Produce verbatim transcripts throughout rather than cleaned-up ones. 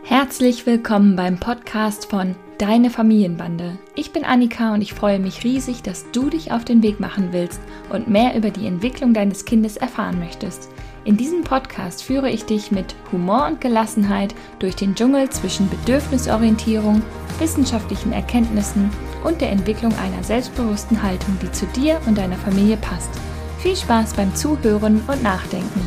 Herzlich willkommen beim Podcast von Deine Familienbande. Ich bin Annika und ich freue mich riesig, dass du dich auf den Weg machen willst und mehr über die Entwicklung deines Kindes erfahren möchtest. In diesem Podcast führe ich dich mit Humor und Gelassenheit durch den Dschungel zwischen Bedürfnisorientierung, wissenschaftlichen Erkenntnissen und der Entwicklung einer selbstbewussten Haltung, die zu dir und deiner Familie passt. Viel Spaß beim Zuhören und Nachdenken.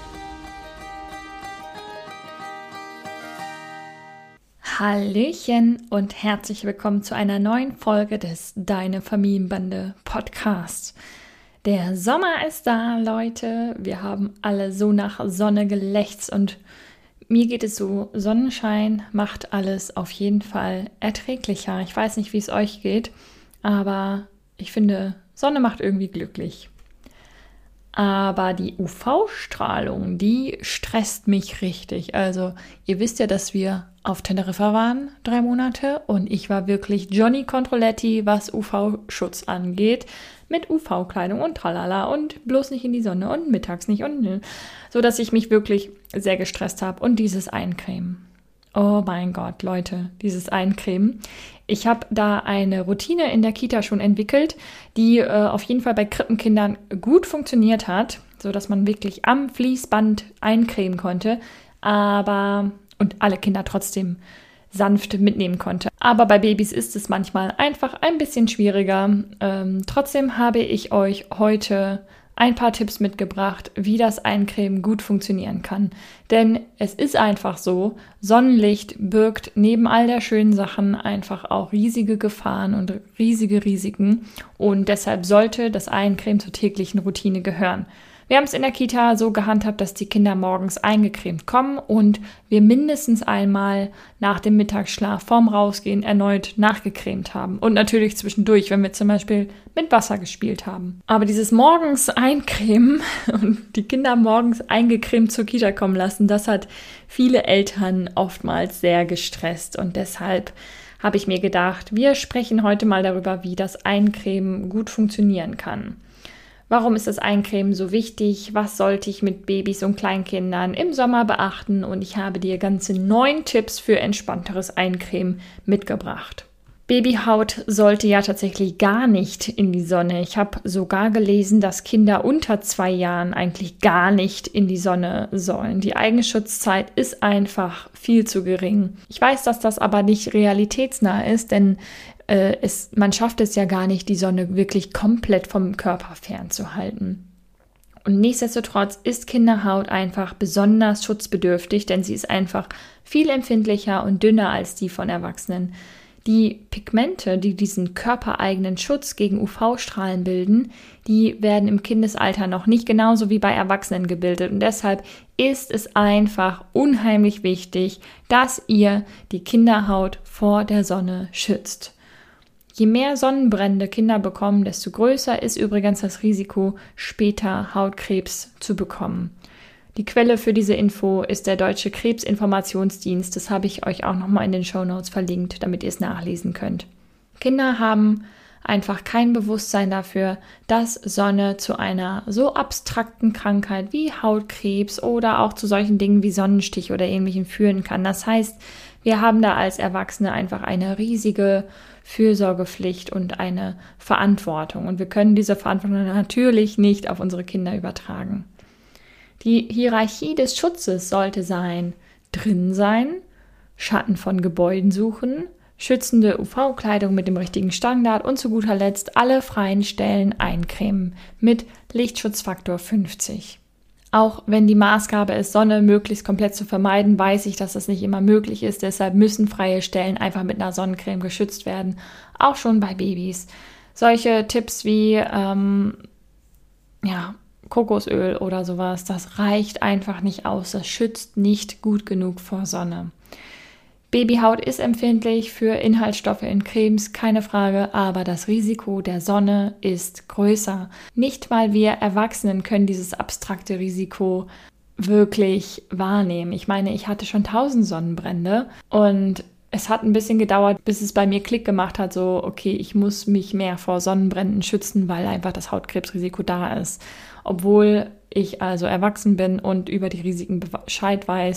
Hallöchen und herzlich willkommen zu einer neuen Folge des Deine Familienbande Podcasts. Der Sommer ist da, Leute. Wir haben alle so nach Sonne gelächzt und mir geht es so, Sonnenschein macht alles auf jeden Fall erträglicher. Ich weiß nicht, wie es euch geht, aber ich finde, Sonne macht irgendwie glücklich. Aber die U V-Strahlung, die stresst mich richtig. Also ihr wisst ja, dass wir auf Teneriffa waren, drei Monate. Und ich war wirklich Johnny Controletti, was U V-Schutz angeht. Mit U V-Kleidung und tralala und bloß nicht in die Sonne und mittags nicht. und nö. So dass ich mich wirklich sehr gestresst habe. Und dieses Eincremen. Oh mein Gott, Leute, dieses Eincremen. Ich habe da eine Routine in der Kita schon entwickelt, die äh, auf jeden Fall bei Krippenkindern gut funktioniert hat, sodass man wirklich am Fließband eincremen konnte, aber und alle Kinder trotzdem sanft mitnehmen konnte. Aber bei Babys ist es manchmal einfach ein bisschen schwieriger. Ähm, trotzdem habe ich euch heute ein paar Tipps mitgebracht, wie das Eincremen gut funktionieren kann. Denn es ist einfach so, Sonnenlicht birgt neben all der schönen Sachen einfach auch riesige Gefahren und riesige Risiken. Und deshalb sollte das Eincremen zur täglichen Routine gehören. Wir haben es in der Kita so gehandhabt, dass die Kinder morgens eingecremt kommen und wir mindestens einmal nach dem Mittagsschlaf vorm Rausgehen erneut nachgecremt haben. Und natürlich zwischendurch, wenn wir zum Beispiel mit Wasser gespielt haben. Aber dieses morgens eincremen und die Kinder morgens eingecremt zur Kita kommen lassen, das hat viele Eltern oftmals sehr gestresst. Und deshalb habe ich mir gedacht, wir sprechen heute mal darüber, wie das Eincremen gut funktionieren kann. Warum ist das Eincremen so wichtig? Was sollte ich mit Babys und Kleinkindern im Sommer beachten? Und ich habe dir ganze neun Tipps für entspannteres Eincremen mitgebracht. Babyhaut sollte ja tatsächlich gar nicht in die Sonne. Ich habe sogar gelesen, dass Kinder unter zwei Jahren eigentlich gar nicht in die Sonne sollen. Die Eigenschutzzeit ist einfach viel zu gering. Ich weiß, dass das aber nicht realitätsnah ist, denn äh, es, man schafft es ja gar nicht, die Sonne wirklich komplett vom Körper fernzuhalten. Und nichtsdestotrotz ist Kinderhaut einfach besonders schutzbedürftig, denn sie ist einfach viel empfindlicher und dünner als die von Erwachsenen. Die Pigmente, die diesen körpereigenen Schutz gegen U V-Strahlen bilden, die werden im Kindesalter noch nicht genauso wie bei Erwachsenen gebildet. Und deshalb ist es einfach unheimlich wichtig, dass ihr die Kinderhaut vor der Sonne schützt. Je mehr Sonnenbrände Kinder bekommen, desto größer ist übrigens das Risiko, später Hautkrebs zu bekommen. Die Quelle für diese Info ist der Deutsche Krebsinformationsdienst. Das habe ich euch auch nochmal in den Shownotes verlinkt, damit ihr es nachlesen könnt. Kinder haben einfach kein Bewusstsein dafür, dass Sonne zu einer so abstrakten Krankheit wie Hautkrebs oder auch zu solchen Dingen wie Sonnenstich oder Ähnlichem führen kann. Das heißt, wir haben da als Erwachsene einfach eine riesige Fürsorgepflicht und eine Verantwortung. Und wir können diese Verantwortung natürlich nicht auf unsere Kinder übertragen. Die Hierarchie des Schutzes sollte sein, drin sein, Schatten von Gebäuden suchen, schützende U V-Kleidung mit dem richtigen Standard und zu guter Letzt alle freien Stellen eincremen mit Lichtschutzfaktor fünfzig. Auch wenn die Maßgabe ist, Sonne möglichst komplett zu vermeiden, weiß ich, dass das nicht immer möglich ist. Deshalb müssen freie Stellen einfach mit einer Sonnencreme geschützt werden, auch schon bei Babys. Solche Tipps wie, ähm, ja, Kokosöl oder sowas, das reicht einfach nicht aus. Das schützt nicht gut genug vor Sonne. Babyhaut ist empfindlich für Inhaltsstoffe in Cremes, keine Frage, aber das Risiko der Sonne ist größer. Nicht mal wir Erwachsenen können dieses abstrakte Risiko wirklich wahrnehmen. Ich meine, ich hatte schon tausend Sonnenbrände und es hat ein bisschen gedauert, bis es bei mir Klick gemacht hat, so, okay, ich muss mich mehr vor Sonnenbränden schützen, weil einfach das Hautkrebsrisiko da ist. Obwohl ich also erwachsen bin und über die Risiken Bescheid weiß,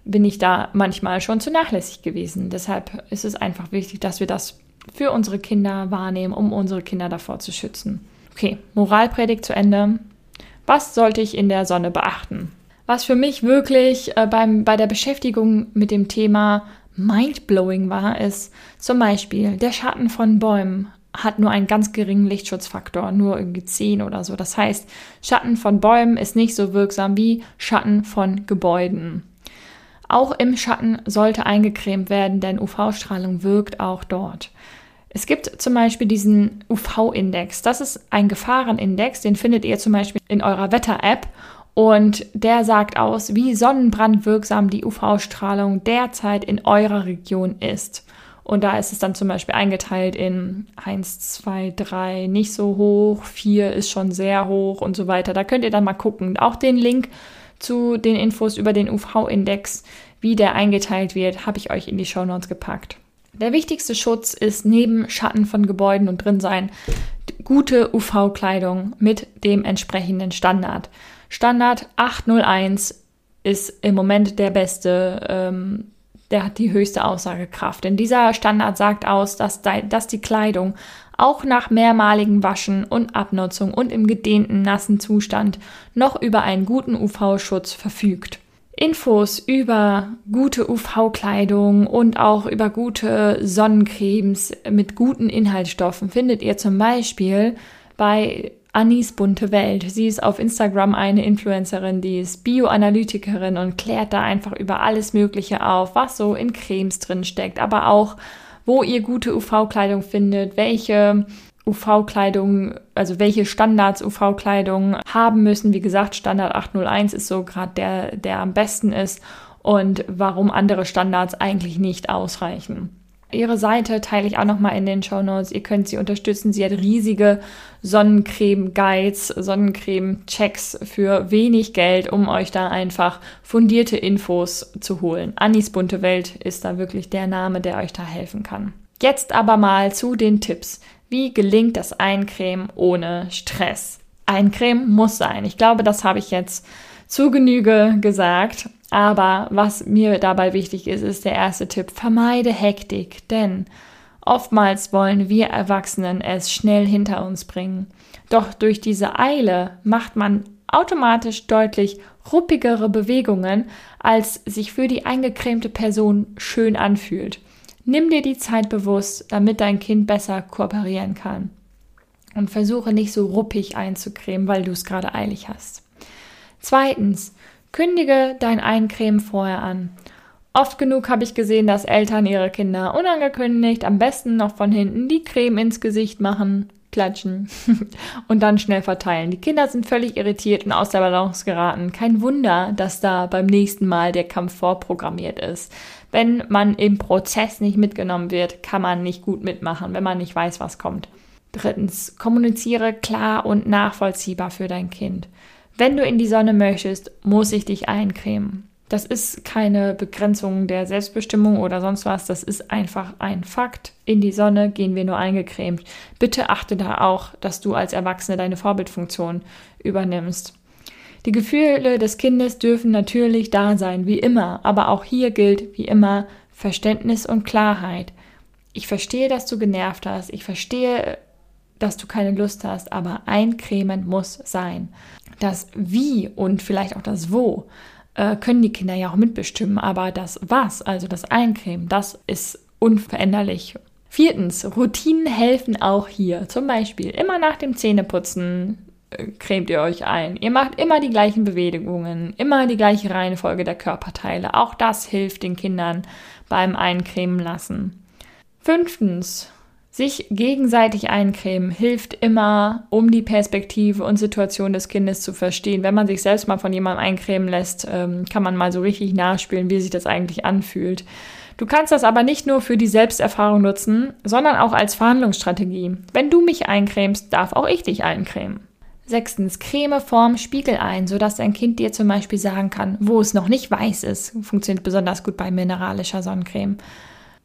bin ich da manchmal schon zu nachlässig gewesen. Deshalb ist es einfach wichtig, dass wir das für unsere Kinder wahrnehmen, um unsere Kinder davor zu schützen. Okay, Moralpredigt zu Ende. Was sollte ich in der Sonne beachten? Was für mich wirklich äh, beim, bei der Beschäftigung mit dem Thema mindblowing war, ist zum Beispiel, der Schatten von Bäumen hat nur einen ganz geringen Lichtschutzfaktor, nur irgendwie zehn oder so. Das heißt, Schatten von Bäumen ist nicht so wirksam wie Schatten von Gebäuden. Auch im Schatten sollte eingecremt werden, denn U V-Strahlung wirkt auch dort. Es gibt zum Beispiel diesen U V-Index. Das ist ein Gefahrenindex, den findet ihr zum Beispiel in eurer Wetter-App. Und der sagt aus, wie sonnenbrandwirksam die U V-Strahlung derzeit in eurer Region ist. Und da ist es dann zum Beispiel eingeteilt in eins, zwei, drei nicht so hoch, vier ist schon sehr hoch und so weiter. Da könnt ihr dann mal gucken. Auch den Link zu den Infos über den U V-Index, wie der eingeteilt wird, habe ich euch in die Shownotes gepackt. Der wichtigste Schutz ist neben Schatten von Gebäuden und drin sein, gute U V-Kleidung mit dem entsprechenden Standard. Standard acht null eins ist im Moment der beste, ähm, der hat die höchste Aussagekraft. Denn dieser Standard sagt aus, dass, de, dass die Kleidung auch nach mehrmaligem Waschen und Abnutzung und im gedehnten nassen Zustand noch über einen guten U V-Schutz verfügt. Infos über gute U V-Kleidung und auch über gute Sonnencremes mit guten Inhaltsstoffen findet ihr zum Beispiel bei Annis bunte Welt. Sie ist auf Instagram eine Influencerin, die ist Bioanalytikerin und klärt da einfach über alles Mögliche auf, was so in Cremes drin steckt, aber auch, wo ihr gute U V-Kleidung findet, welche U V-Kleidung, also welche Standards U V-Kleidung haben müssen. Wie gesagt, Standard acht null eins ist so gerade der, der am besten ist und warum andere Standards eigentlich nicht ausreichen. Ihre Seite teile ich auch nochmal in den Shownotes. Ihr könnt sie unterstützen. Sie hat riesige Sonnencreme-Guides, Sonnencreme-Checks für wenig Geld, um euch da einfach fundierte Infos zu holen. Annis bunte Welt ist da wirklich der Name, der euch da helfen kann. Jetzt aber mal zu den Tipps. Wie gelingt das Eincremen ohne Stress? Eincremen muss sein. Ich glaube, das habe ich jetzt zu Genüge gesagt. Aber was mir dabei wichtig ist, ist der erste Tipp. Vermeide Hektik, denn oftmals wollen wir Erwachsenen es schnell hinter uns bringen. Doch durch diese Eile macht man automatisch deutlich ruppigere Bewegungen, als sich für die eingecremte Person schön anfühlt. Nimm dir die Zeit bewusst, damit dein Kind besser kooperieren kann. Und versuche nicht so ruppig einzucremen, weil du es gerade eilig hast. Zweitens, kündige dein Eincremen vorher an. Oft genug habe ich gesehen, dass Eltern ihre Kinder unangekündigt, am besten noch von hinten die Creme ins Gesicht machen, klatschen und dann schnell verteilen. Die Kinder sind völlig irritiert und aus der Balance geraten. Kein Wunder, dass da beim nächsten Mal der Kampf vorprogrammiert ist. Wenn man im Prozess nicht mitgenommen wird, kann man nicht gut mitmachen, wenn man nicht weiß, was kommt. Drittens, kommuniziere klar und nachvollziehbar für dein Kind. Wenn du in die Sonne möchtest, muss ich dich eincremen. Das ist keine Begrenzung der Selbstbestimmung oder sonst was. Das ist einfach ein Fakt. In die Sonne gehen wir nur eingecremt. Bitte achte da auch, dass du als Erwachsene deine Vorbildfunktion übernimmst. Die Gefühle des Kindes dürfen natürlich da sein, wie immer. Aber auch hier gilt, wie immer, Verständnis und Klarheit. Ich verstehe, dass du genervt hast. Ich verstehe, dass du keine Lust hast. Aber eincremen muss sein. Das Wie und vielleicht auch das Wo äh, können die Kinder ja auch mitbestimmen, aber das Was, also das Eincremen, das ist unveränderlich. Viertens, Routinen helfen auch hier. Zum Beispiel immer nach dem Zähneputzen äh, cremt ihr euch ein. Ihr macht immer die gleichen Bewegungen, immer die gleiche Reihenfolge der Körperteile. Auch das hilft den Kindern beim Eincremen lassen. Fünftens, sich gegenseitig eincremen hilft immer, um die Perspektive und Situation des Kindes zu verstehen. Wenn man sich selbst mal von jemandem eincremen lässt, kann man mal so richtig nachspielen, wie sich das eigentlich anfühlt. Du kannst das aber nicht nur für die Selbsterfahrung nutzen, sondern auch als Verhandlungsstrategie. Wenn du mich eincremst, darf auch ich dich eincremen. Sechstens, creme vorm Spiegel ein, sodass dein Kind dir zum Beispiel sagen kann, wo es noch nicht weiß ist. Funktioniert besonders gut bei mineralischer Sonnencreme.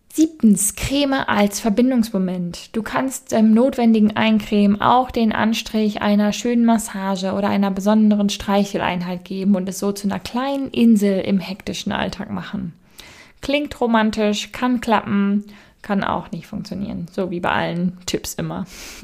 Siebtens, Creme als Verbindungsmoment. Du kannst im notwendigen Eincremen auch den Anstrich einer schönen Massage oder einer besonderen Streicheleinheit geben und es so zu einer kleinen Insel im hektischen Alltag machen. Klingt romantisch, kann klappen, kann auch nicht funktionieren, so wie bei allen Tipps immer.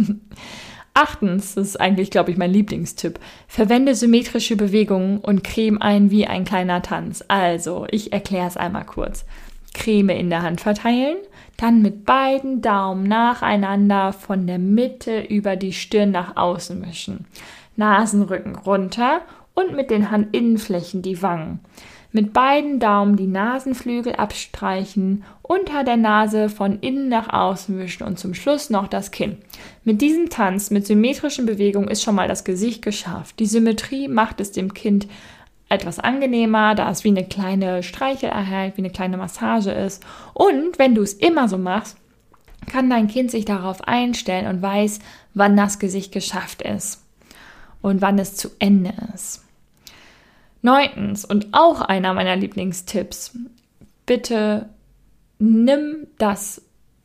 Achtens, das ist eigentlich, glaube ich, mein Lieblingstipp. Verwende symmetrische Bewegungen und creme ein wie ein kleiner Tanz. Also, ich erkläre es einmal kurz. Creme in der Hand verteilen, dann mit beiden Daumen nacheinander von der Mitte über die Stirn nach außen wischen. Nasenrücken runter und mit den Handinnenflächen die Wangen. Mit beiden Daumen die Nasenflügel abstreichen, unter der Nase von innen nach außen wischen und zum Schluss noch das Kinn. Mit diesem Tanz mit symmetrischen Bewegungen ist schon mal das Gesicht geschafft. Die Symmetrie macht es dem Kind etwas angenehmer, da es wie eine kleine Streicheleinheit, wie eine kleine Massage ist. Und wenn du es immer so machst, kann dein Kind sich darauf einstellen und weiß, wann das Gesicht geschafft ist und wann es zu Ende ist. Neuntens und auch einer meiner Lieblingstipps, bitte nimm das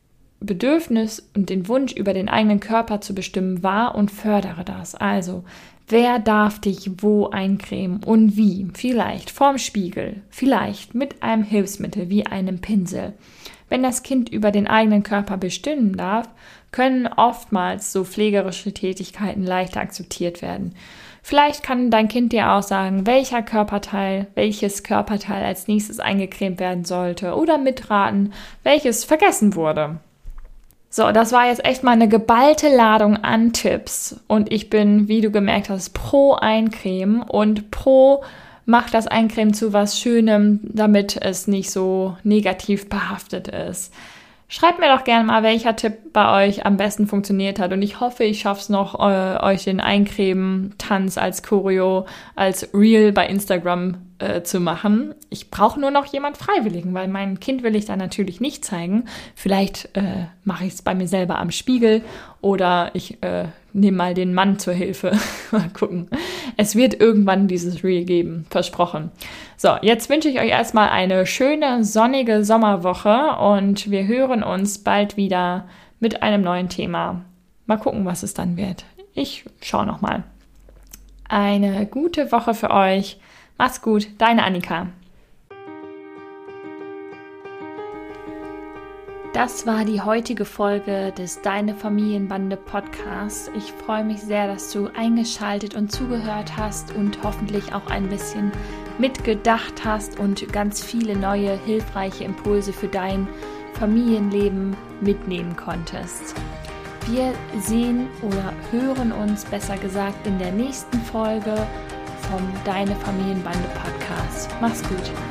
Bedürfnis und den Wunsch, über den eigenen Körper zu bestimmen, wahr und fördere das. Also, wer darf dich wo eincremen und wie? Vielleicht vorm Spiegel, vielleicht mit einem Hilfsmittel wie einem Pinsel. Wenn das Kind über den eigenen Körper bestimmen darf, können oftmals so pflegerische Tätigkeiten leichter akzeptiert werden. Vielleicht kann dein Kind dir auch sagen, welcher Körperteil, welches Körperteil als nächstes eingecremt werden sollte oder mitraten, welches vergessen wurde. So, das war jetzt echt mal eine geballte Ladung an Tipps und ich bin, wie du gemerkt hast, pro Eincremen und pro mach das Eincremen zu was Schönem, damit es nicht so negativ behaftet ist. Schreibt mir doch gerne mal, welcher Tipp bei euch am besten funktioniert hat und ich hoffe, ich schaffe es noch, äh, euch den Eincremen-Tanz als Choreo, als Reel bei Instagram äh, zu machen. Ich brauche nur noch jemand Freiwilligen, weil mein Kind will ich da natürlich nicht zeigen. Vielleicht äh, mache ich es bei mir selber am Spiegel oder ich äh, nehme mal den Mann zur Hilfe. Mal gucken. Es wird irgendwann dieses Reel geben, versprochen. So, jetzt wünsche ich euch erstmal eine schöne, sonnige Sommerwoche und wir hören uns bald wieder mit einem neuen Thema. Mal gucken, was es dann wird. Ich schaue nochmal. Eine gute Woche für euch. Macht's gut, deine Annika. Das war die heutige Folge des Deine Familienbande Podcasts. Ich freue mich sehr, dass du eingeschaltet und zugehört hast und hoffentlich auch ein bisschen mitgedacht hast und ganz viele neue, hilfreiche Impulse für dein Familienleben mitnehmen konntest. Wir sehen oder hören uns, besser gesagt, in der nächsten Folge vom Deine Familienbande Podcast. Mach's gut.